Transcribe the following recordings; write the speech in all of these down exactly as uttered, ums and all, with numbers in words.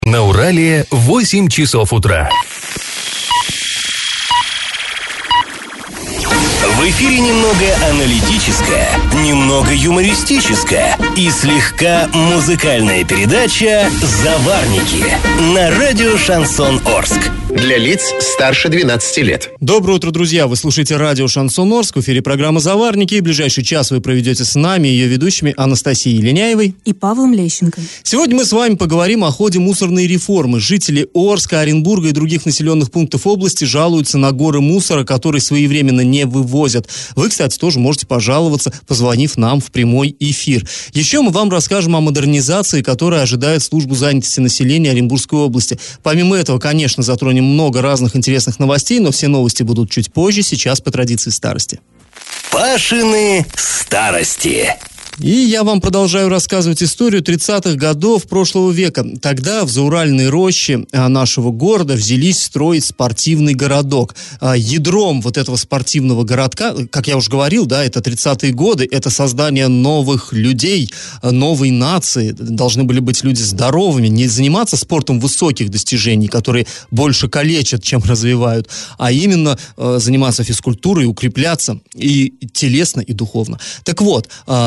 На Урале восемь часов утра. В эфире немного аналитическая, немного юмористическая и слегка музыкальная передача «Заварники» на радио «Шансон Орск». Для лиц старше двенадцати лет. Доброе утро, друзья! Вы слушаете радио «Шансон Орск», в эфире программа «Заварники». В ближайший час вы проведете с нами, ее ведущими Анастасией Линяевой и Павлом Лещенко. Сегодня мы с вами поговорим о ходе мусорной реформы. Жители Орска, Оренбурга и других населенных пунктов области жалуются на горы мусора, которые своевременно не вывозят. Вы, кстати, тоже можете пожаловаться, позвонив нам в прямой эфир. Еще мы вам расскажем о модернизации, которая ожидает службу занятости населения Оренбургской области. Помимо этого, конечно, затронем много разных интересных новостей, но все новости будут чуть позже, сейчас по традиции старости. Пашины старости. И я вам продолжаю рассказывать историю тридцатых годов прошлого века. Тогда в зауральной роще нашего города взялись строить спортивный городок. Ядром вот этого спортивного городка, как я уже говорил, да, это тридцатые годы, это создание новых людей, новой нации. Должны были быть люди здоровыми, не заниматься спортом высоких достижений, которые больше калечат, чем развивают, а именно заниматься физкультурой, укрепляться и телесно, и духовно. Так вот,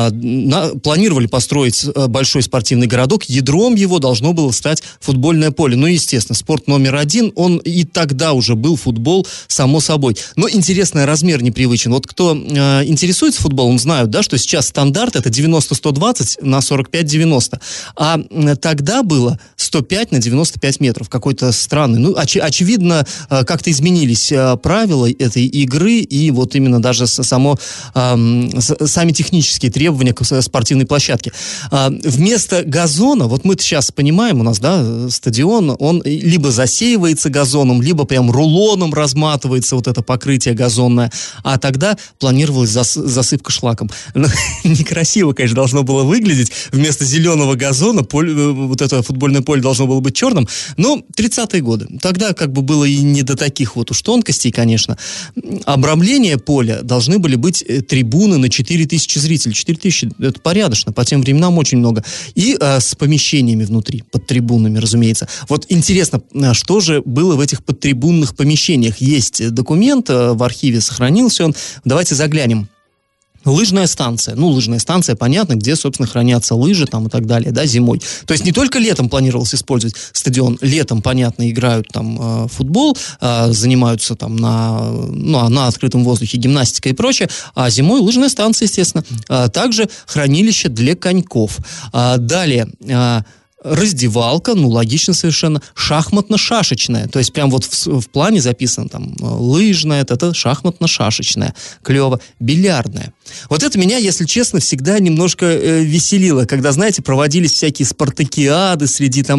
На, планировали построить большой спортивный городок, ядром его должно было стать футбольное поле. Ну, естественно, спорт номер один, он и тогда уже был футбол, само собой. Но интересно, размер непривычен. Вот кто э, интересуется футболом, знают, да, что сейчас стандарт это девяносто сто двадцать на сорок пять девяносто, а э, тогда было сто пять на девяносто пять метров, какой-то странный. Ну, оч, очевидно, э, как-то изменились э, правила этой игры, и вот именно даже само, э, с, сами технические требования к спортивной площадки. А, вместо газона, вот мы сейчас понимаем, у нас, да, стадион, он либо засеивается газоном, либо прям рулоном разматывается вот это покрытие газонное, а тогда планировалась зас, засыпка шлаком. Ну, некрасиво, конечно, должно было выглядеть. Вместо зеленого газона поле, вот это футбольное поле должно было быть черным. Но тридцатые годы. Тогда как бы было и не до таких вот уж тонкостей, конечно. Обрамление поля должны были быть трибуны на четыре тысячи зрителей. четыре тысячи это порядочно, по тем временам очень много. И э, с помещениями внутри, под трибунами, разумеется. Вот интересно, что же было в этих подтрибунных помещениях? Есть документ, э, в архиве сохранился он. Давайте заглянем. Лыжная станция. Ну, лыжная станция, понятно, где, собственно, хранятся лыжи там и так далее, да, зимой. То есть не только летом планировалось использовать стадион. Летом, понятно, играют там э, футбол, э, занимаются там на, ну, на открытом воздухе гимнастикой и прочее, а зимой лыжная станция, естественно. А также хранилище для коньков. А далее... Э, раздевалка, ну, логично совершенно, шахматно-шашечная, то есть прям вот в, в плане записано там лыжная, это, это шахматно-шашечная, клево, бильярдная. Вот это меня, если честно, всегда немножко э, веселило, когда, знаете, проводились всякие спартакиады среди там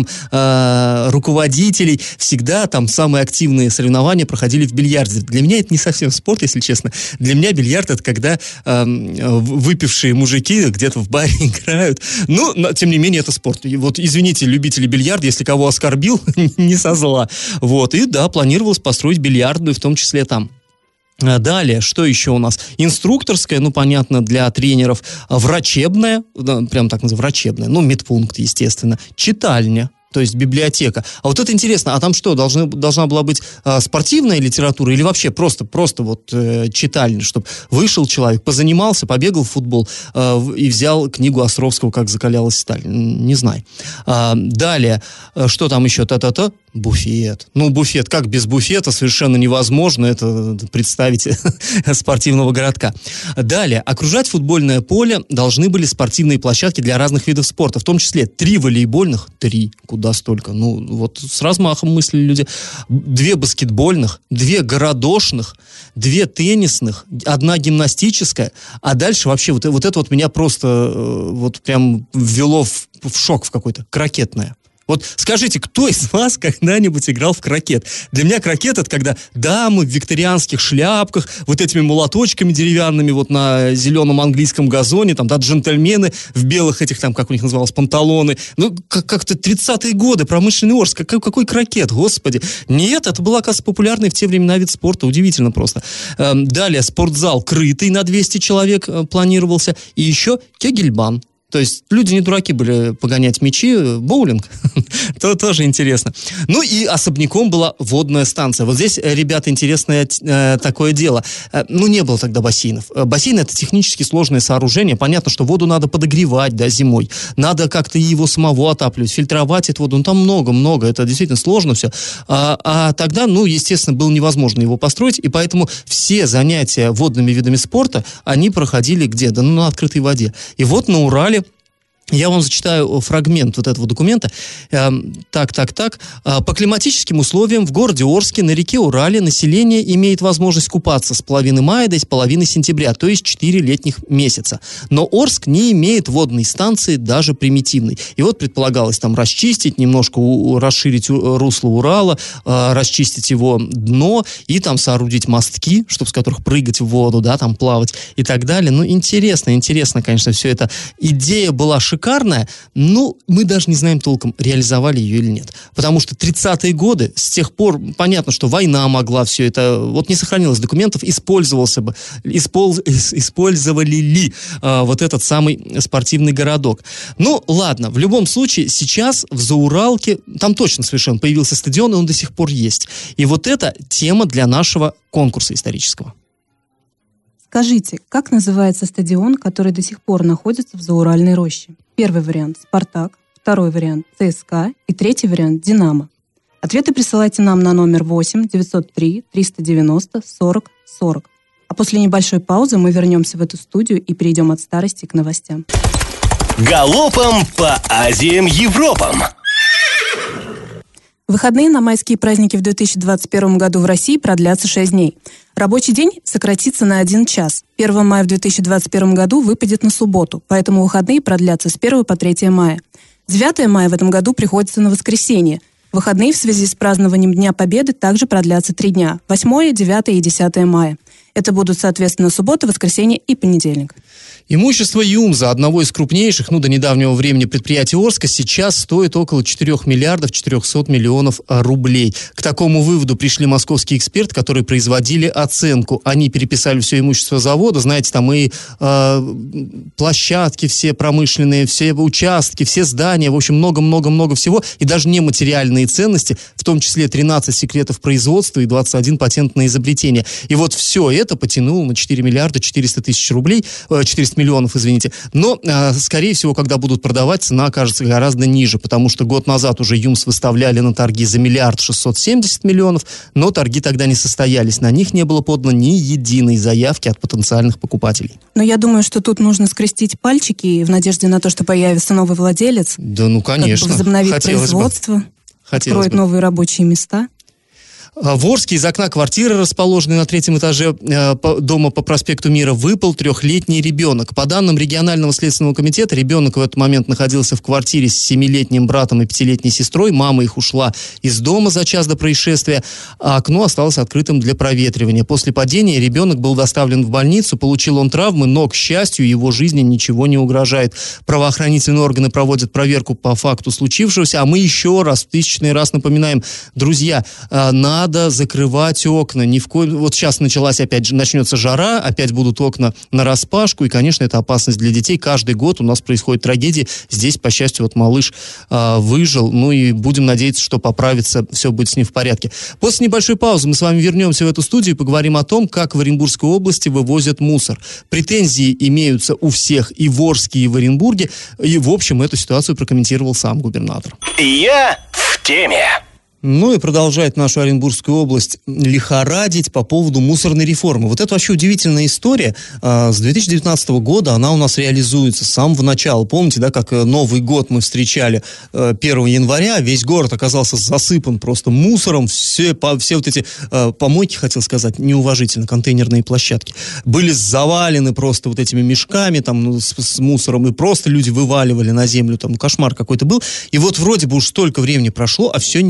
э, руководителей, всегда там самые активные соревнования проходили в бильярде. Для меня это не совсем спорт, если честно. Для меня бильярд это когда э, выпившие мужики где-то в баре играют. Ну, но, тем не менее, это спорт. И вот извините, любители бильярда, если кого оскорбил, не со зла. Вот, и да, планировалось построить бильярдную, в том числе там. Далее, что еще у нас? Инструкторская, ну, понятно, для тренеров. Врачебная, да, прям так называется, врачебная, ну, медпункт, естественно. Читальня. То есть библиотека. А вот это интересно, а там что, должны, должна была быть э, спортивная литература или вообще просто, просто вот э, читальня, чтобы вышел человек, позанимался, побегал в футбол э, и взял книгу Островского «Как закалялась сталь». Не знаю. А, далее, что там еще? Та-та-та. Буфет. Ну, буфет, как без буфета, совершенно невозможно это представить спортивного городка. Далее, окружать футбольное поле должны были спортивные площадки для разных видов спорта, в том числе три волейбольных, три, куда столько, ну, вот с размахом мыслили люди, две баскетбольных, две городошных, две теннисных, одна гимнастическая, а дальше вообще вот, вот это вот меня просто вот прям ввело в, в шок в какой-то, крокетная. Вот скажите, кто из вас когда-нибудь играл в крокет? Для меня крокет — это когда дамы в викторианских шляпках, вот этими молоточками деревянными вот на зеленом английском газоне, там, да, джентльмены в белых этих, там, как у них называлось, панталоны. Ну, как- как-то тридцатые годы, промышленный Орск, какой, какой крокет, господи. Нет, это был, оказывается, популярный в те времена вид спорта, удивительно просто. Эм, далее, спортзал крытый на двести человек э, планировался, и еще кегельбан. То То есть люди не дураки были погонять мячи, боулинг, то тоже интересно. Ну и особняком была водная станция. Вот здесь, ребята, интересное э, такое дело. Э, ну, не было тогда бассейнов. Бассейн — это технически сложное сооружение. Понятно, что воду надо подогревать, да, зимой. Надо как-то его самого отапливать, фильтровать эту воду. Ну, там много-много. Это действительно сложно все. А, а тогда, ну, естественно, было невозможно его построить, и поэтому все занятия водными видами спорта, они проходили где? Да, ну, на открытой воде. И вот на Урале я вам зачитаю фрагмент вот этого документа. Так, так, так. По климатическим условиям в городе Орске на реке Урале население имеет возможность купаться с половины мая до половины сентября, то есть четыре летних месяца. Но Орск не имеет водной станции, даже примитивной. И вот предполагалось там расчистить, немножко у, расширить русло Урала, э, расчистить его дно и там соорудить мостки, чтобы с которых прыгать в воду, да, там плавать и так далее. Ну, интересно, интересно, конечно, все это. Идея была шикарная. шикарная, но мы даже не знаем толком, реализовали ее или нет. Потому что тридцатые годы, с тех пор, понятно, что война могла все это, вот не сохранилось документов, использовался бы, испол, использовали ли а, вот этот самый спортивный городок. Ну, ладно, в любом случае, сейчас в Зауралке, там точно совершенно появился стадион, и он до сих пор есть. И вот это тема для нашего конкурса исторического. Скажите, как называется стадион, который до сих пор находится в Зауральной роще? Первый вариант – «Спартак», второй вариант – «ЦСКА» и третий вариант – «Динамо». Ответы присылайте нам на номер восемь девятьсот три триста девяносто сорок сорок. А после небольшой паузы мы вернемся в эту студию и перейдем от старости к новостям. Галопом по Азиям, Европам! Выходные на майские праздники в две тысячи двадцать первом году в России продлятся шесть дней. Рабочий день сократится на один час. первого мая в две тысячи двадцать первом году выпадет на субботу, поэтому выходные продлятся с первого по третье мая. девятое мая в этом году приходится на воскресенье. Выходные в связи с празднованием Дня Победы также продлятся три дня – восьмое, девятое и десятое мая. Это будут, соответственно, суббота, воскресенье и понедельник. Имущество ЮМЗа, одного из крупнейших, ну, до недавнего времени предприятий Орска, сейчас стоит около четырех миллиардов четырехсот миллионов рублей. К такому выводу пришли московские эксперты, которые производили оценку. Они переписали все имущество завода, знаете, там и э, площадки все промышленные, все участки, все здания, в общем, много-много-много всего, и даже нематериальные ценности, в том числе тринадцать секретов производства и двадцать один патент на изобретение. И вот все это потянуло на четыре миллиарда четыреста тысяч рублей, четыреста миллионов, извините. Но, э, скорее всего, когда будут продавать, цена окажется гораздо ниже, потому что год назад уже ЮМС выставляли на торги за миллиард шестьсот семьдесят миллионов, но торги тогда не состоялись. На них не было подано ни единой заявки от потенциальных покупателей. Но я думаю, что тут нужно скрестить пальчики в надежде на то, что появится новый владелец. Да, ну, конечно. Как бы возобновит Хотелось производство, бы. откроет бы. новые рабочие места. В Орске из окна квартиры, расположенной на третьем этаже э, по, дома по проспекту Мира, выпал трехлетний ребенок. По данным регионального следственного комитета, ребенок в этот момент находился в квартире с семилетним братом и пятилетней сестрой. Мама их ушла из дома за час до происшествия, а окно осталось открытым для проветривания. После падения ребенок был доставлен в больницу, получил он травмы, но, к счастью, его жизни ничего не угрожает. Правоохранительные органы проводят проверку по факту случившегося, а мы еще раз, в тысячный раз напоминаем, друзья, э, на Надо закрывать окна. Ни в коем... Вот сейчас началась опять, начнется жара, опять будут окна нараспашку, и, конечно, это опасность для детей. Каждый год у нас происходят трагедии. Здесь, по счастью, вот малыш а, выжил. Ну и будем надеяться, что поправится, все будет с ним в порядке. После небольшой паузы мы с вами вернемся в эту студию и поговорим о том, как в Оренбургской области вывозят мусор. Претензии имеются у всех и в Орске, и в Оренбурге. И, в общем, эту ситуацию прокомментировал сам губернатор. Я в теме. Ну и продолжает нашу Оренбургскую область лихорадить по поводу мусорной реформы. Вот это вообще удивительная история. С две тысячи девятнадцатого года она у нас реализуется с самого начала. Помните, да, как Новый год мы встречали первого января, весь город оказался засыпан просто мусором, все, все вот эти помойки, хотел сказать, неуважительно, контейнерные площадки, были завалены просто вот этими мешками там, ну, с, с мусором, и просто люди вываливали на землю, там, кошмар какой-то был. И вот вроде бы уж столько времени прошло, а все никак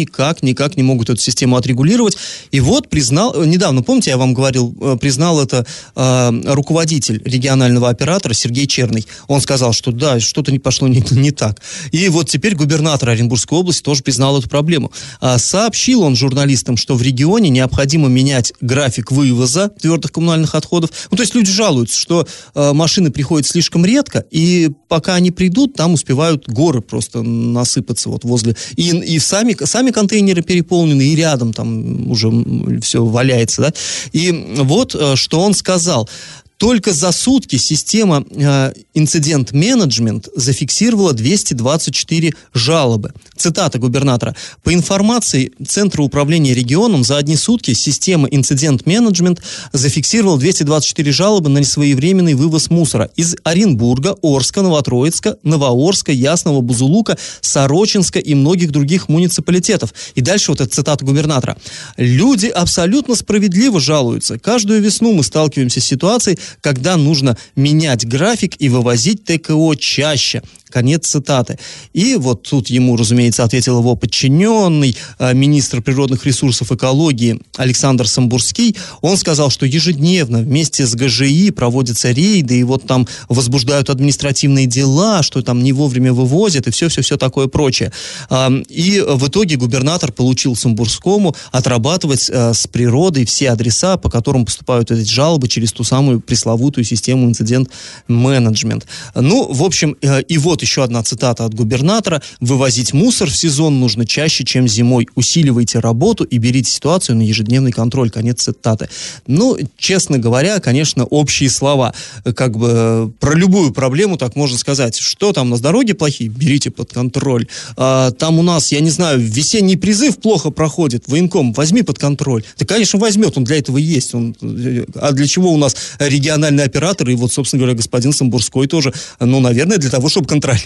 никак не могут эту систему отрегулировать. И вот признал, недавно, помните, я вам говорил, признал это э, руководитель регионального оператора Сергей Черный. Он сказал, что да, что-то не пошло не, не так. И вот теперь губернатор Оренбургской области тоже признал эту проблему. А, сообщил он журналистам, что в регионе необходимо менять график вывоза твердых коммунальных отходов. Ну, то есть люди жалуются, что э, машины приходят слишком редко, и пока они придут, там успевают горы просто насыпаться вот возле. И, и сами, сами контейнеры переполнены, и рядом там уже все валяется, да. И вот э, что он сказал. Только за сутки система э, инцидент-менеджмент зафиксировала двести двадцать четыре жалобы. Цитата губернатора. По информации Центра управления регионом, за одни сутки система инцидент-менеджмент зафиксировала двести двадцать четыре жалобы на несвоевременный вывоз мусора из Оренбурга, Орска, Новотроицка, Новоорска, Ясного, Бузулука, Сорочинска и многих других муниципалитетов. И дальше вот эта цитата губернатора. Люди абсолютно справедливо жалуются. Каждую весну мы сталкиваемся с ситуацией, когда нужно менять график и вывозить ТКО чаще. Конец цитаты. И вот тут ему, разумеется, ответил его подчиненный, э, министр природных ресурсов экологии Александр Самбурский. Он сказал, что ежедневно вместе с ГЖИ проводятся рейды, и вот там возбуждают административные дела, что там не вовремя вывозят, и все-все-все такое прочее. Э, и в итоге губернатор получил Самбурскому отрабатывать э, с природой все адреса, по которым поступают эти жалобы через ту самую пресловутую систему инцидент-менеджмент. Ну, в общем, э, и вот еще одна цитата от губернатора. «Вывозить мусор в сезон нужно чаще, чем зимой. Усиливайте работу и берите ситуацию на ежедневный контроль». Конец цитаты. Ну, честно говоря, конечно, общие слова. Как бы про любую проблему так можно сказать. Что там, у нас дороги плохие? Берите под контроль. А, там у нас, я не знаю, весенний призыв плохо проходит. Военком, возьми под контроль. Да, конечно, возьмет, он для этого и есть. Он... А для чего у нас региональный оператор? И вот, собственно говоря, господин Самбурской тоже, ну, наверное, для того, чтобы контролировать,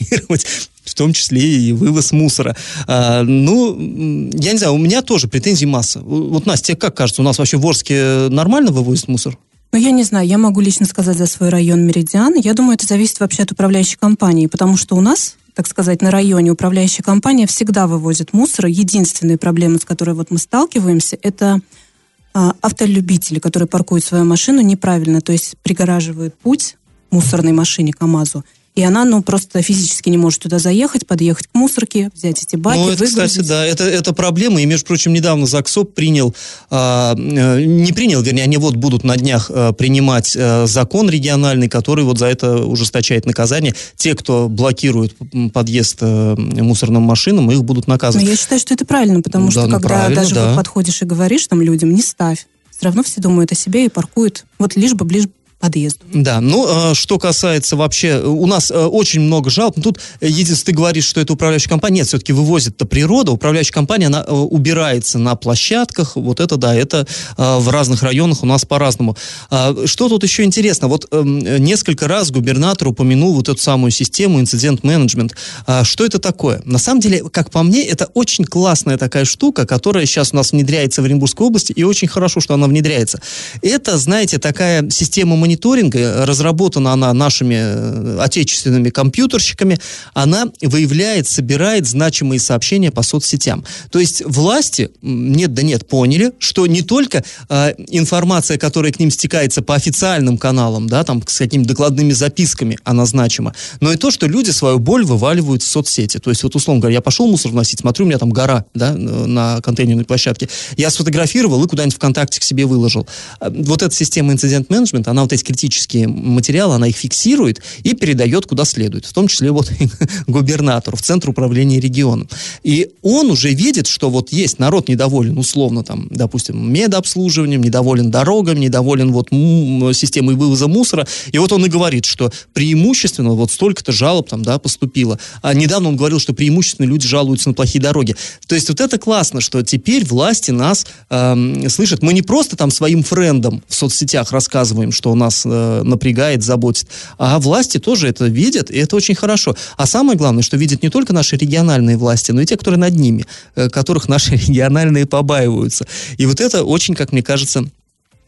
в том числе и вывоз мусора. А, ну, я не знаю, у меня тоже претензий масса. Вот, Настя, тебе как кажется, у нас вообще в Орске нормально вывозят мусор? Ну, я не знаю, я могу лично сказать за свой район Меридиан. Я думаю, это зависит вообще от управляющей компании, потому что у нас, так сказать, на районе управляющая компания всегда вывозит мусор. Единственная проблема, с которой вот мы сталкиваемся, это а, автолюбители, которые паркуют свою машину неправильно, то есть пригораживают путь мусорной машине КАМАЗу. И она, ну, просто физически не может туда заехать, подъехать к мусорке, взять эти баки, ну, это, выгрузить. кстати, да, это, это проблема. И, между прочим, недавно Заксоп принял, э, не принял, вернее, они вот будут на днях э, принимать э, закон региональный, который вот за это ужесточает наказание. Те, кто блокирует подъезд э, мусорным машинам, их будут наказывать. Но я считаю, что это правильно, потому да, что ну, когда даже да. вот подходишь и говоришь там людям, не ставь, все равно все думают о себе и паркуют вот лишь бы ближе подъезду. Да, ну, э, что касается вообще, у нас э, очень много жалоб. Тут, э, единственное, ты говоришь, что это управляющая компания. Нет, все-таки вывозит-то природа. Управляющая компания, она э, убирается на площадках. Вот это, да, это э, в разных районах у нас по-разному. Э, что тут еще интересно? Вот э, несколько раз губернатор упомянул вот эту самую систему инцидент-менеджмент. Э, что это такое? На самом деле, как по мне, это очень классная такая штука, которая сейчас у нас внедряется в Оренбургской области, и очень хорошо, что она внедряется. Это, знаете, такая система мониторинга, мониторинга, разработана она нашими отечественными компьютерщиками, она выявляет, собирает значимые сообщения по соцсетям. То есть власти, нет да нет, поняли, что не только э, информация, которая к ним стекается по официальным каналам, да, там с какими-то докладными записками, она значима, но и то, что люди свою боль вываливают в соцсети. То есть вот, условно говоря, я пошел мусор вносить, смотрю, у меня там гора, да, на контейнерной площадке. Я сфотографировал и куда-нибудь ВКонтакте к себе выложил. Вот эта система инцидент-менеджмента, она вот эти критические материалы, она их фиксирует и передает куда следует, в том числе вот губернатору, в Центр управления регионом. И он уже видит, что вот есть народ недоволен, условно, там, допустим, медобслуживанием, недоволен дорогами, недоволен вот м- системой вывоза мусора, и вот он и говорит, что преимущественно вот столько-то жалоб там, да, поступило. А недавно он говорил, что преимущественно люди жалуются на плохие дороги. То есть вот это классно, что теперь власти нас э, слышат. Мы не просто там своим френдам в соцсетях рассказываем, что нас э, напрягает, заботит, а власти тоже это видят, и это очень хорошо. А самое главное, что видят не только наши региональные власти, но и те, которые над ними, э, которых наши региональные побаиваются. И вот это очень, как мне кажется,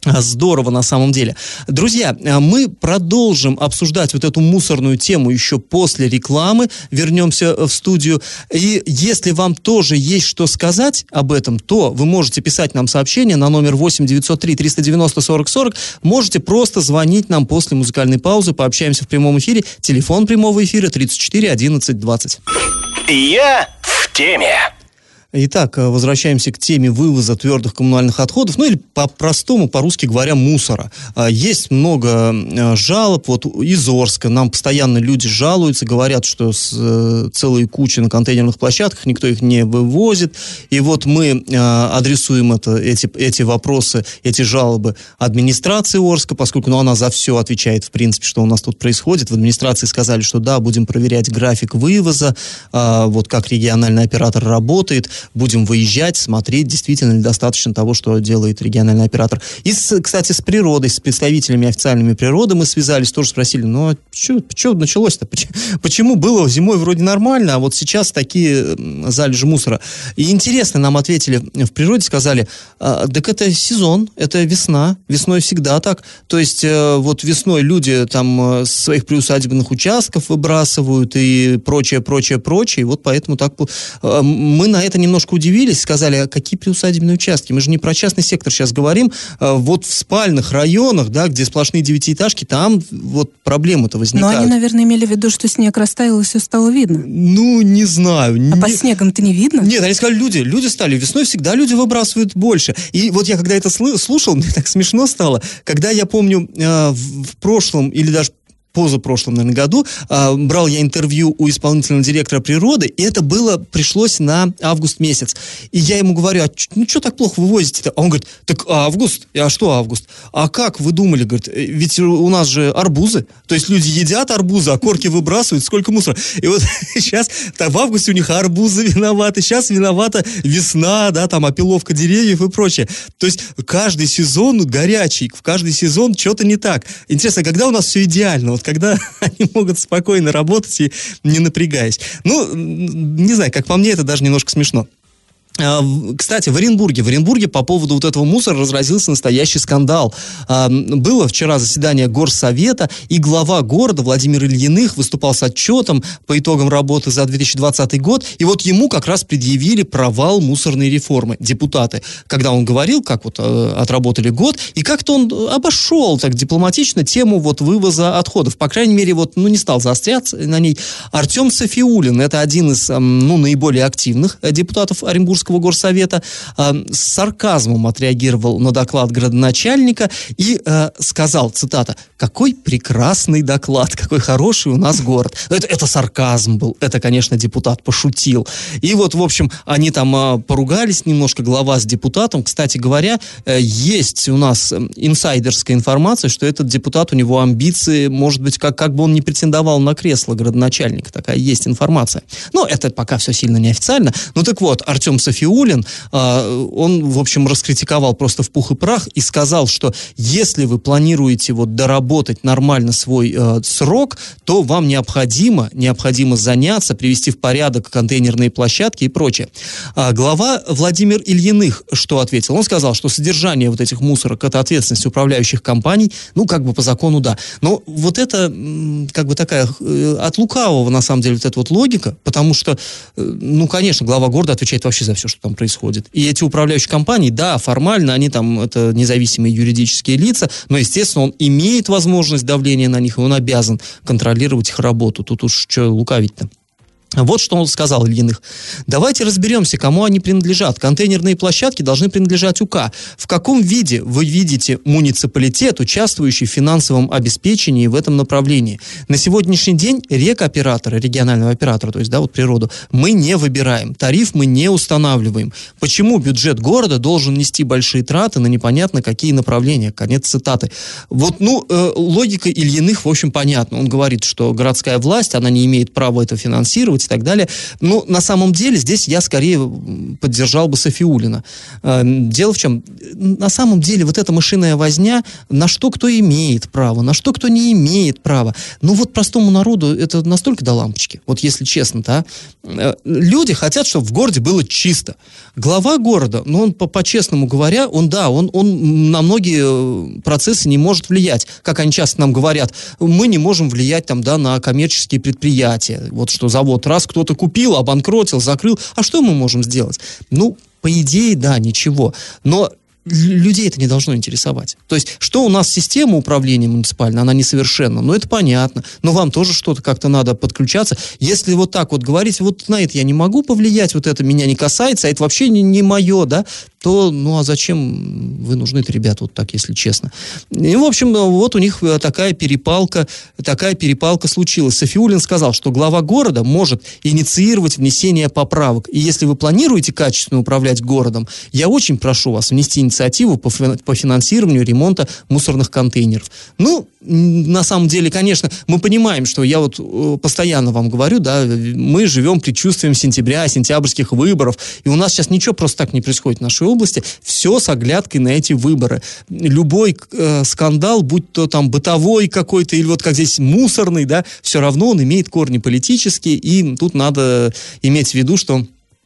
Здорово, на самом деле. Друзья, мы продолжим обсуждать вот эту мусорную тему еще после рекламы. Вернемся в студию. И если вам тоже есть что сказать об этом, то вы можете писать нам сообщение на номер восемь девятьсот три триста девяносто сорок сорок. Можете просто звонить нам после музыкальной паузы. Пообщаемся в прямом эфире. Телефон прямого эфира тридцать четыре одиннадцать двадцать. Я в теме. Итак, возвращаемся к теме вывоза твердых коммунальных отходов, ну или по-простому, по-русски говоря, мусора. Есть много жалоб, вот из Орска нам постоянно люди жалуются, говорят, что с целой кучей на контейнерных площадках, никто их не вывозит, и вот мы адресуем это, эти, эти вопросы, эти жалобы администрации Орска, поскольку ну, она за все отвечает, в принципе, что у нас тут происходит. В администрации сказали, что да, будем проверять график вывоза, вот как региональный оператор работает, будем выезжать, смотреть, действительно ли достаточно того, что делает региональный оператор. И, с, кстати, с природой, с представителями официальными природы мы связались, тоже спросили, ну, а что началось-то? Почему было зимой вроде нормально, а вот сейчас такие залежи мусора? И интересно, нам ответили в природе, сказали, так это сезон, это весна, весной всегда так. То есть, вот весной люди там с своих приусадебных участков выбрасывают и прочее, прочее, прочее, и вот поэтому так... Мы на это не немножко удивились, сказали, а какие приусадебные участки? Мы же не про частный сектор сейчас говорим. Вот в спальных районах, да, где сплошные девятиэтажки, там вот проблемы-то возникают. Но они, наверное, имели в виду, что снег растаял и все стало видно. Ну, не знаю. А не... под снегом-то не видно? Нет, они сказали, люди, люди стали, весной всегда люди выбрасывают больше. И вот я когда это слушал, мне так смешно стало, когда я помню в прошлом или даже позапрошлом, наверное, году э, брал я интервью у исполнительного директора природы, и это было, пришлось на август месяц. И я ему говорю, а ч- ну что так плохо вы возите-то? А он говорит, так август? А что август? А как вы думали? Говорит, ведь у нас же арбузы. То есть люди едят арбузы, а корки выбрасывают, сколько мусора. И вот сейчас так, в августе у них арбузы виноваты, сейчас виновата весна, да, там опиловка деревьев и прочее. То есть каждый сезон горячий, в каждый сезон что-то не так. Интересно, когда у нас все идеально? Вот когда они могут спокойно работать и не напрягаясь. Ну, не знаю, как по мне, это даже немножко смешно. Кстати, в Оренбурге, в Оренбурге по поводу вот этого мусора разразился настоящий скандал. Было вчера заседание горсовета, и глава города Владимир Ильиных выступал с отчетом по итогам работы за две тысячи двадцатый год, и вот ему как раз предъявили провал мусорной реформы депутаты, когда он говорил, как вот отработали год, и как-то он обошел так дипломатично тему вот вывоза отходов. По крайней мере, вот, ну, не стал заостряться на ней. Артем Сафиуллин, это один из, ну, наиболее активных депутатов Оренбургского горсовета, э, с сарказмом отреагировал на доклад градоначальника и э, сказал, цитата, «Какой прекрасный доклад, какой хороший у нас город». Это, это сарказм был, это, конечно, депутат пошутил. И вот, в общем, они там э, поругались немножко, глава с депутатом. Кстати говоря, э, есть у нас инсайдерская информация, что этот депутат, у него амбиции, может быть, как, как бы он не претендовал на кресло градоначальника. Такая есть информация. Но это пока все сильно неофициально. Ну так вот, Артем Сафиуллин, он, в общем, раскритиковал просто в пух и прах и сказал, что если вы планируете вот доработать нормально свой э, срок, то вам необходимо, необходимо заняться, привести в порядок контейнерные площадки и прочее. А глава Владимир Ильиных что ответил? Он сказал, что содержание вот этих мусорок – это ответственность управляющих компаний, ну, как бы по закону, да. Но вот это, как бы такая, от лукавого, на самом деле, вот эта вот логика, потому что, ну, конечно, глава города отвечает вообще за все, что там происходит. И эти управляющие компании, да, формально они там, это независимые юридические лица, но, естественно, он имеет возможность давления на них, и он обязан контролировать их работу. Тут уж что лукавить-то. Вот что он сказал, Ильиных. Давайте разберемся, кому они принадлежат. Контейнерные площадки должны принадлежать УК. В каком виде вы видите муниципалитет, участвующий в финансовом обеспечении в этом направлении? На сегодняшний день рекоператора, регионального оператора, то есть, да, вот природу, мы не выбираем. Тариф мы не устанавливаем. Почему бюджет города должен нести большие траты на непонятно какие направления? Конец цитаты. Вот, ну, э, логика Ильиных, в общем, понятна. Он говорит, что городская власть, она не имеет права это финансировать, делать и так далее. Ну, на самом деле, здесь я скорее поддержал бы Сафиуллина. Дело в чем? На самом деле, вот эта мышиная возня, на что кто имеет право, на что кто не имеет права. Ну, вот простому народу это настолько до лампочки. Вот если честно-то, а? Люди хотят, чтобы в городе было чисто. Глава города, ну, он, по-честному говоря, он, да, он, он на многие процессы не может влиять. Как они часто нам говорят, мы не можем влиять там, да, на коммерческие предприятия. Вот что завод раз кто-то купил, обанкротил, закрыл. А что мы можем сделать? Ну, по идее, да, ничего. Но людей это не должно интересовать. То есть, что у нас система управления муниципальной, она несовершенна, ну, это понятно, но вам тоже что-то как-то надо подключаться. Если вот так вот говорить, вот на это я не могу повлиять, вот это меня не касается, а это вообще не, не мое, да, то, ну, а зачем вы нужны-то, ребята, вот так, если честно. И, в общем, вот у них такая перепалка, такая перепалка случилась. Сафиуллин сказал, что глава города может инициировать внесение поправок. И если вы планируете качественно управлять городом, я очень прошу вас внести инициативу по, по финансированию ремонта мусорных контейнеров. Ну, на самом деле, конечно, мы понимаем, что я вот постоянно вам говорю, да, мы живем предчувствием сентября, сентябрьских выборов, и у нас сейчас ничего просто так не происходит в нашей области, все с оглядкой на эти выборы. Любой э, скандал, будь то там бытовой какой-то, или вот как здесь мусорный, да, все равно он имеет корни политические, и тут надо иметь в виду, что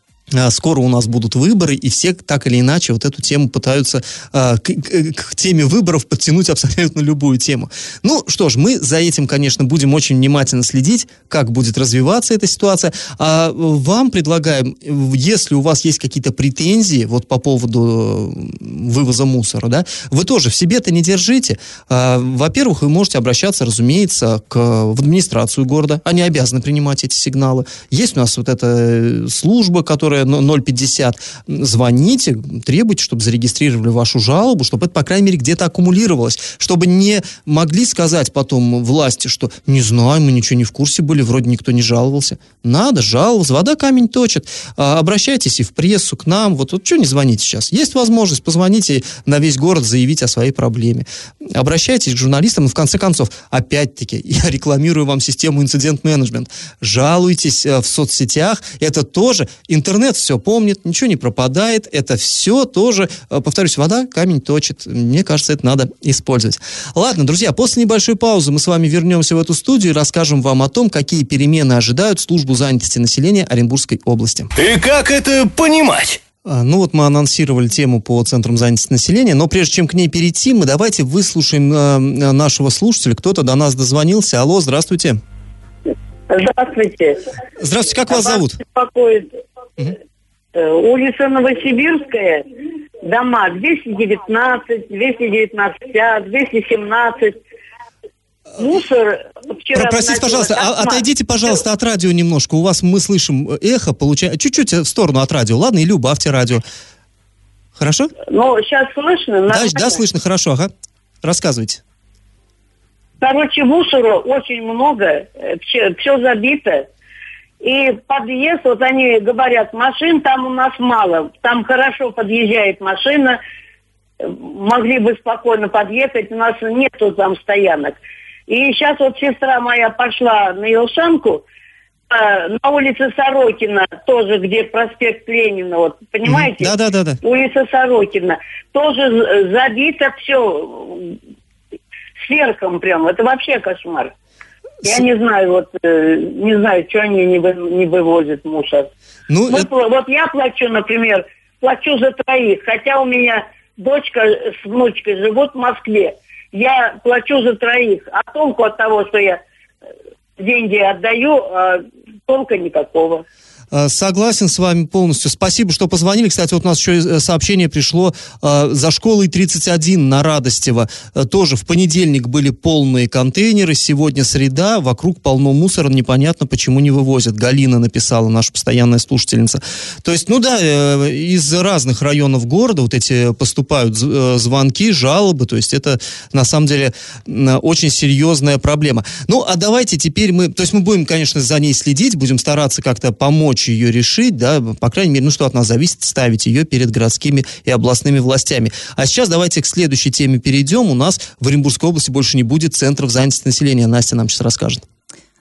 скоро у нас будут выборы, и все так или иначе вот эту тему пытаются э, к, к, к теме выборов подтянуть абсолютно любую тему. Ну что ж, мы за этим, конечно, будем очень внимательно следить, как будет развиваться эта ситуация. А вам предлагаем, если у вас есть какие-то претензии вот по поводу вывоза мусора, да, вы тоже в себе-то не держите. А, во-первых, вы можете обращаться, разумеется, к, в администрацию города. Они обязаны принимать эти сигналы. Есть у нас вот эта служба, которая ноль пятьдесят, звоните, требуйте, чтобы зарегистрировали вашу жалобу, чтобы это, по крайней мере, где-то аккумулировалось, чтобы не могли сказать потом власти, что не знаю, мы ничего не в курсе были, вроде никто не жаловался. Надо жаловаться, вода камень точит. А, обращайтесь и в прессу, к нам, вот, вот что не звоните сейчас? Есть возможность, позвоните на весь город, заявить о своей проблеме. Обращайтесь к журналистам, но в конце концов, опять-таки, я рекламирую вам систему инцидент-менеджмент. Жалуйтесь в соцсетях, это тоже интернет все помнит, ничего не пропадает, это все тоже, повторюсь, вода камень точит. Мне кажется, это надо использовать. Ладно, друзья, после небольшой паузы мы с вами вернемся в эту студию и расскажем вам о том, какие перемены ожидают службу занятости населения Оренбургской области. И как это понимать? Ну вот мы анонсировали тему по центрам занятости населения, но прежде чем к ней перейти, мы давайте выслушаем э, нашего слушателя. Кто-то до нас дозвонился. Алло, здравствуйте. Здравствуйте. Здравствуйте, как вас зовут? Беспокоит Угу. улица Новосибирская, дома двести девятнадцать, двести девятнадцать А, двести семнадцать. Мусор вчера... Простите, пожалуйста, а, отойдите, пожалуйста, от радио немножко. У вас мы слышим эхо, получается... Чуть-чуть в сторону от радио, ладно? Или убавьте радио. Хорошо? Ну, сейчас слышно? Да, да, слышно, хорошо, ага. Рассказывайте. Короче, мусора очень много, все, все забито. И подъезд, вот они говорят, машин там у нас мало. Там хорошо подъезжает машина, могли бы спокойно подъехать, у нас нету там стоянок. И сейчас вот сестра моя пошла на Елшанку, на улице Сорокина, тоже, где проспект Ленина, вот, понимаете? Да, да, да, да. Улица Сорокина. Тоже забито все сверхом прям. Это вообще кошмар. Я не знаю, вот, э, не знаю, что они не, вы, не вывозят мусор. Ну, Мы, это... Вот я плачу, например, плачу за троих, хотя у меня дочка с внучкой живут в Москве. Я плачу за троих, а толку от того, что я деньги отдаю, а толка никакого. Согласен с вами полностью. Спасибо, что позвонили. Кстати, вот у нас еще сообщение пришло э, за школой тридцать один на Радостево. Э, тоже в понедельник были полные контейнеры. Сегодня среда. Вокруг полно мусора. Непонятно, почему не вывозят. Галина написала, наша постоянная слушательница. То есть, ну да, э, из разных районов города вот эти поступают э, звонки, жалобы. То есть, это на самом деле э, очень серьезная проблема. Ну, а давайте теперь мы... То есть, мы будем, конечно, за ней следить, будем стараться как-то помочь ее решить, да, по крайней мере, ну что от нас зависит, ставить ее перед городскими и областными властями. А сейчас давайте к следующей теме перейдем. У нас в Оренбургской области больше не будет центров занятости населения. Настя нам сейчас расскажет.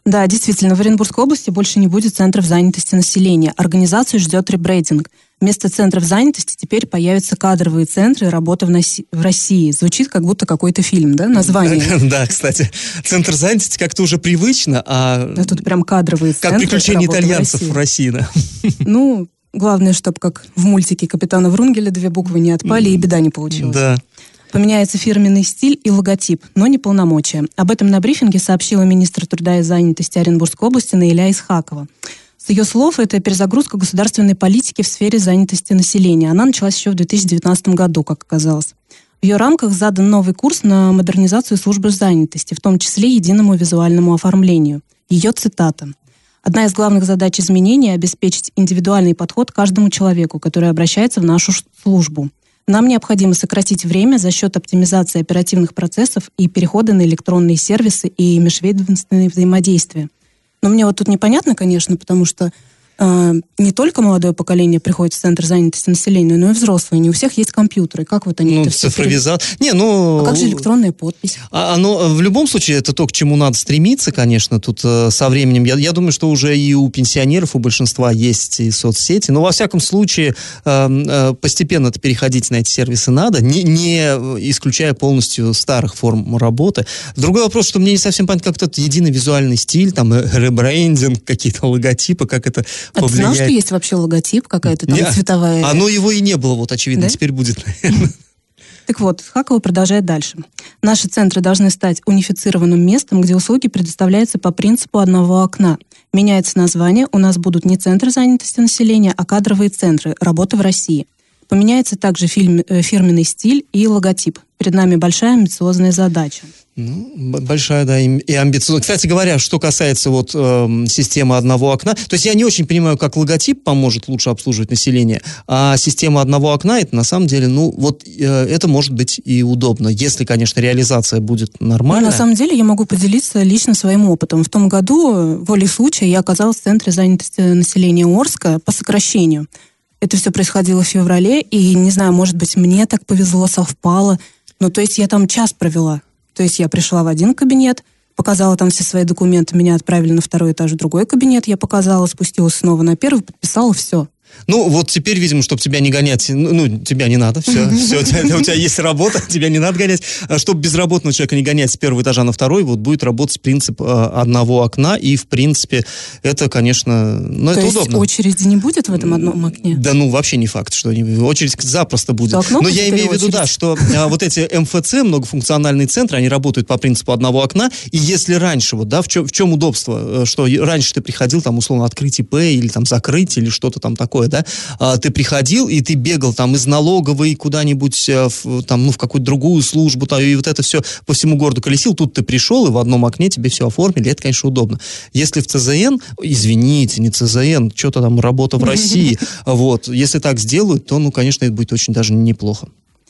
Да, действительно, в Оренбургской области больше не будет центров занятости населения. Организацию ждет ребрендинг. Вместо центров занятости теперь появятся кадровые центры работы в, Носи- в России. Звучит как будто какой-то фильм, да, название? Да, кстати, центр занятости как-то уже привычно, а... А тут прям кадровые центры. Как приключения работы итальянцев в России, да. Ну, главное, чтобы как в мультике Капитана Врунгеля две буквы не отпали и беда не получилась. Да. Поменяется фирменный стиль и логотип, но не полномочия. Об этом на брифинге сообщила министр труда и занятости Оренбургской области Наиля Исхакова. С ее слов, это перезагрузка государственной политики в сфере занятости населения. Она началась еще в две тысячи девятнадцатом году, как оказалось. В ее рамках задан новый курс на модернизацию службы занятости, в том числе единому визуальному оформлению. Ее цитата. «Одна из главных задач изменений – обеспечить индивидуальный подход к каждому человеку, который обращается в нашу службу. Нам необходимо сократить время за счет оптимизации оперативных процессов и перехода на электронные сервисы и межведомственные взаимодействия». Но мне вот тут непонятно, конечно, потому что э, не только молодое поколение приходит в центр занятости населения, но и взрослые. Не у всех есть компьютеры. Как вот они Ну, это все цифровизация. Не, ну... А как же электронная подпись? А, оно, в любом случае, это то, к чему надо стремиться, конечно, тут э, со временем. Я, я думаю, что уже и у пенсионеров, у большинства есть и соцсети. Но, во всяком случае, э, э, постепенно переходить на эти сервисы надо, не, не исключая полностью старых форм работы. Другой вопрос, что мне не совсем понятно, как этот единый визуальный стиль, там, ребрендинг, какие-то логотипы, как это А повлияет. ты знал, что есть вообще логотип, какая-то там Не, цветовая... Оно его и не было, вот, очевидно, Да? теперь будет, наверное. Так вот, Хакова продолжает дальше. Наши центры должны стать унифицированным местом, где услуги предоставляются по принципу одного окна. Меняется название, у нас будут не центры занятости населения, а кадровые центры работы в России. Поменяется также фильм, э, фирменный стиль и логотип. Перед нами большая амбициозная задача. Ну, б- большая, да, и, и амбициозная. Кстати говоря, что касается вот эм, системы одного окна, то есть я не очень понимаю, как логотип поможет лучше обслуживать население, а система одного окна, это на самом деле, ну, вот э, это может быть и удобно, если, конечно, реализация будет нормальная. Ну, на самом деле я могу поделиться лично своим опытом. В том году, волей случая, я оказалась в центре занятости населения Орска по сокращению. Это все происходило в феврале, и, не знаю, может быть, мне так повезло, совпало. Ну, то есть я там час провела. То есть я пришла в один кабинет, показала там все свои документы, меня отправили на второй этаж в другой кабинет, я показала, спустилась снова на первый, подписала, все. Ну, вот теперь, видимо, чтобы тебя не гонять, ну, ну, тебя не надо, все, все, у тебя, у тебя есть работа, тебя не надо гонять. Чтобы безработного человека не гонять с первого этажа на второй, вот будет работать принцип э, одного окна, и, в принципе, это, конечно, ну, То это есть удобно. очереди не будет в этом одном окне? Да, ну, вообще не факт, что не- очередь запросто будет. Что, окно Но я будет имею в или виду, да, очередь? что а, вот эти эм эф цэ, многофункциональные центры, они работают по принципу одного окна, и если раньше, вот, да, в чем, в чем удобство, э, что и раньше ты приходил, там, условно, открыть ИП или там закрыть, или что-то там такое, да, а, ты приходил, и ты бегал там из налоговой куда-нибудь, э, в, там, ну, в какую-то другую службу, там, и вот это все по всему городу колесил, тут ты пришел, и в одном окне тебе все оформили, это, конечно, удобно. Если в цэ зэ эн, извините, не цэ зэ эн, что-то там работа в России, вот, если так сделают, то, ну, конечно, это будет очень даже неплохо.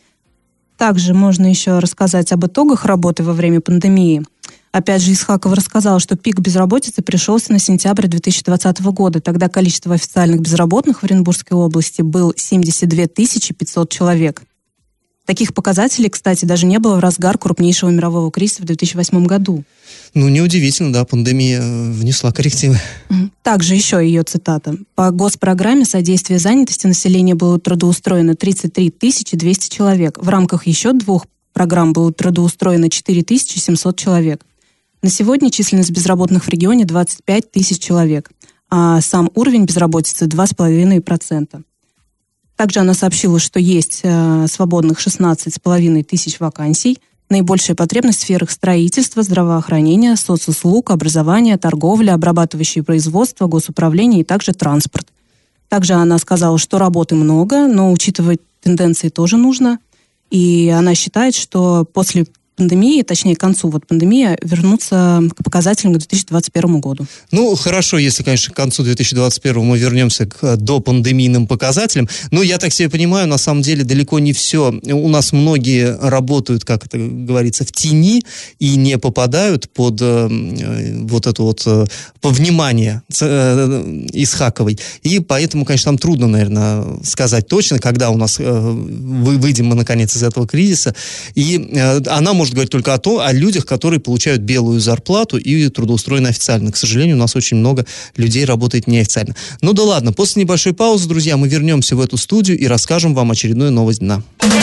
Также можно еще рассказать об итогах работы во время пандемии. Опять же, Исхакова рассказала, что пик безработицы пришелся на сентябрь две тысячи двадцатого года. Тогда количество официальных безработных в Оренбургской области было семьдесят две тысячи пятьсот человек. Таких показателей, кстати, даже не было в разгар крупнейшего мирового кризиса в две тысячи восьмом году. Ну, неудивительно, да, пандемия э, внесла коррективы. Также еще ее цитата. По госпрограмме содействия занятости населения было трудоустроено тридцать три тысячи двести человек. В рамках еще двух программ было трудоустроено четыре тысячи семьсот человек. На сегодня численность безработных в регионе двадцать пять тысяч человек, а сам уровень безработицы два с половиной процента. Также она сообщила, что есть э, свободных шестнадцать с половиной тысяч вакансий. Наибольшая потребность в сферах строительства, здравоохранения, соцуслуг, образования, торговли, обрабатывающее производство, госуправление и также транспорт. Также она сказала, что работы много, но учитывать тенденции тоже нужно. И она считает, что после пандемии, точнее, к концу вот пандемии, вернуться к показателям к две тысячи двадцать первому году. Ну, хорошо, если, конечно, к концу две тысячи двадцать первого мы вернемся к допандемийным показателям. Но я так себе понимаю, на самом деле далеко не все. У нас многие работают, как это говорится, в тени и не попадают под э, вот это вот э, по внимание э, Исхаковой. И поэтому, конечно, там трудно, наверное, сказать точно, когда у нас э, вы, выйдем мы, наконец, из этого кризиса. И э, она может может говорить только о том, о людях, которые получают белую зарплату и трудоустроены официально. К сожалению, у нас очень много людей работает неофициально. Ну да ладно, после небольшой паузы, друзья, мы вернемся в эту студию и расскажем вам очередную новость дна.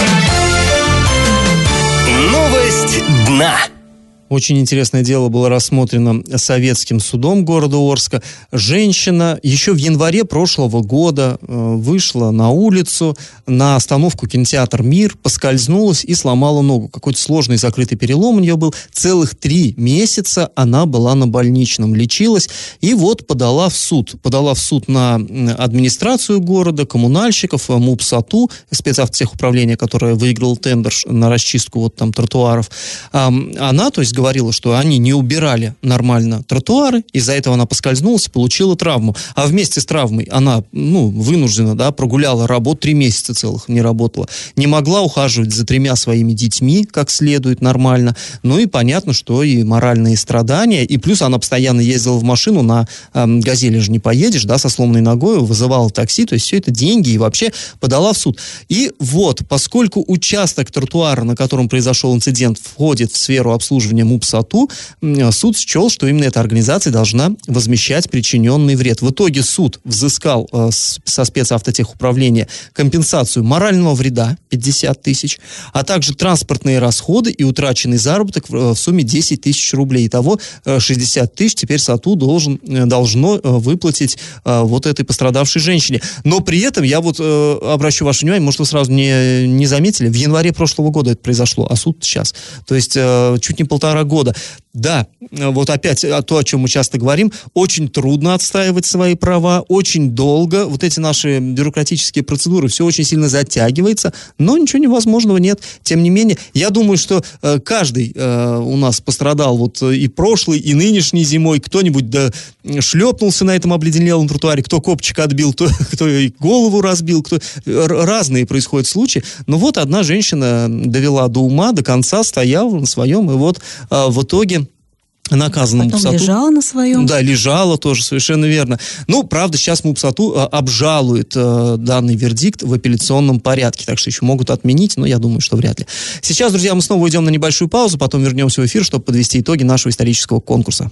Новость дна. Очень интересное дело было рассмотрено Советским судом города Орска. Женщина еще в январе прошлого года э, вышла на улицу, на остановку кинотеатр «Мир», поскользнулась и сломала ногу. Какой-то сложный закрытый перелом у нее был. Целых три месяца она была на больничном, лечилась. И вот подала в суд. Подала в суд на администрацию города, коммунальщиков, МУП-САТУ, спецавтотехуправление, которое выиграло тендер на расчистку вот там тротуаров. А, она, то есть, говорила, что они не убирали нормально тротуары, из-за этого она поскользнулась и получила травму. А вместе с травмой она, ну, вынуждена, да, прогуляла работу, три месяца целых не работала. Не могла ухаживать за тремя своими детьми как следует нормально. Ну и понятно, что и моральные страдания. И плюс она постоянно ездила в машину, на э, «Газели» же не поедешь, да, со сломанной ногой, вызывала такси, то есть все это деньги, и вообще подала в суд. И вот, поскольку участок тротуара, на котором произошел инцидент, входит в сферу обслуживания МУП-САТУ, суд счел, что именно эта организация должна возмещать причиненный вред. В итоге суд взыскал э, с, со спецавтотехуправления компенсацию морального вреда пятьдесят тысяч, а также транспортные расходы и утраченный заработок в, в сумме десять тысяч рублей. Итого э, шестьдесят тысяч теперь САТУ должен, э, должно э, выплатить э, вот этой пострадавшей женщине. Но при этом я вот э, обращу ваше внимание, может, вы сразу не, не заметили, в январе прошлого года это произошло, а суд сейчас. То есть э, чуть не полтора года. Да, вот опять то, о чем мы часто говорим, очень трудно отстаивать свои права, очень долго, вот эти наши бюрократические процедуры, все очень сильно затягивается, но ничего невозможного нет. Тем не менее, я думаю, что э, каждый э, у нас пострадал вот и прошлой, и нынешней зимой, кто-нибудь да, шлепнулся на этом обледенелом тротуаре, кто копчик отбил, кто, кто и голову разбил, кто, разные происходят случаи, но вот одна женщина довела до ума, до конца, стояла на своем, и вот э, в итоге наказана Потом МУП-САТУ. лежала на своем. Да, лежала тоже, совершенно верно. Ну, правда, сейчас МУП-САТУ а, обжалует а, данный вердикт в апелляционном порядке, так что еще могут отменить, но я думаю, что вряд ли. Сейчас, друзья, мы снова уйдем на небольшую паузу, потом вернемся в эфир, чтобы подвести итоги нашего исторического конкурса.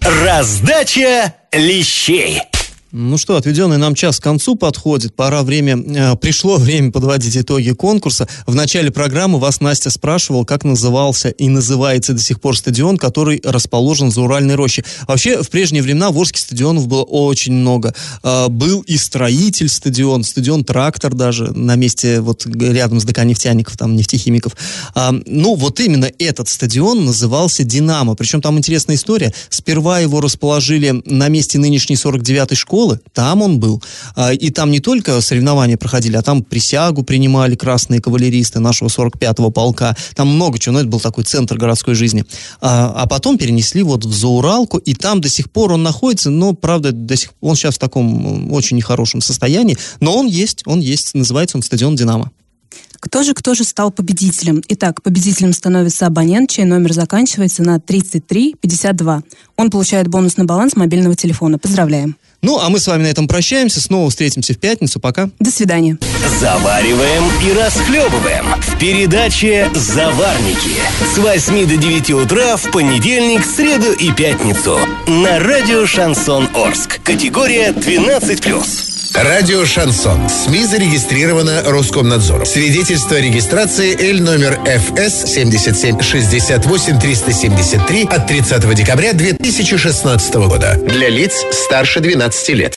Раздача лещей. Ну что, отведенный нам час к концу подходит. Пора время, э, пришло время подводить итоги конкурса. В начале программы вас Настя спрашивала, как назывался и называется до сих пор стадион, который расположен за Уральной рощей. Вообще, в прежние времена в Орске стадионов было очень много. Э, был и строитель стадион, стадион «Трактор» даже на месте, вот рядом с ДК нефтяников, там, нефтехимиков. Э, ну, вот именно этот стадион назывался «Динамо». Причем там интересная история. Сперва его расположили на месте нынешней сорок девятой школы, там он был. И там не только соревнования проходили, а там присягу принимали красные кавалеристы нашего сорок пятого полка. Там много чего, но это был такой центр городской жизни. А потом перенесли вот в Зауралку, и там до сих пор он находится, но, правда, до сих он сейчас в таком очень нехорошем состоянии, но он есть, он есть, называется он стадион «Динамо». Кто же, кто же стал победителем? Итак, победителем становится абонент, чей номер заканчивается на тридцать три пятьдесят два. Он получает бонус на баланс мобильного телефона. Поздравляем. Ну, а мы с вами на этом прощаемся. Снова встретимся в пятницу. Пока. До свидания. Завариваем и расхлебываем в передаче «Заварники» с восьми до девяти утра в понедельник, среду и пятницу на радио «Шансон Орск». Категория двенадцать плюс. Радио «Шансон». СМИ зарегистрировано Роскомнадзором. Свидетельство о регистрации Л номер Ф С семь семь шесть восемь три семь три от тридцатого декабря две тысячи шестнадцатого года. Для лиц старше двенадцати лет.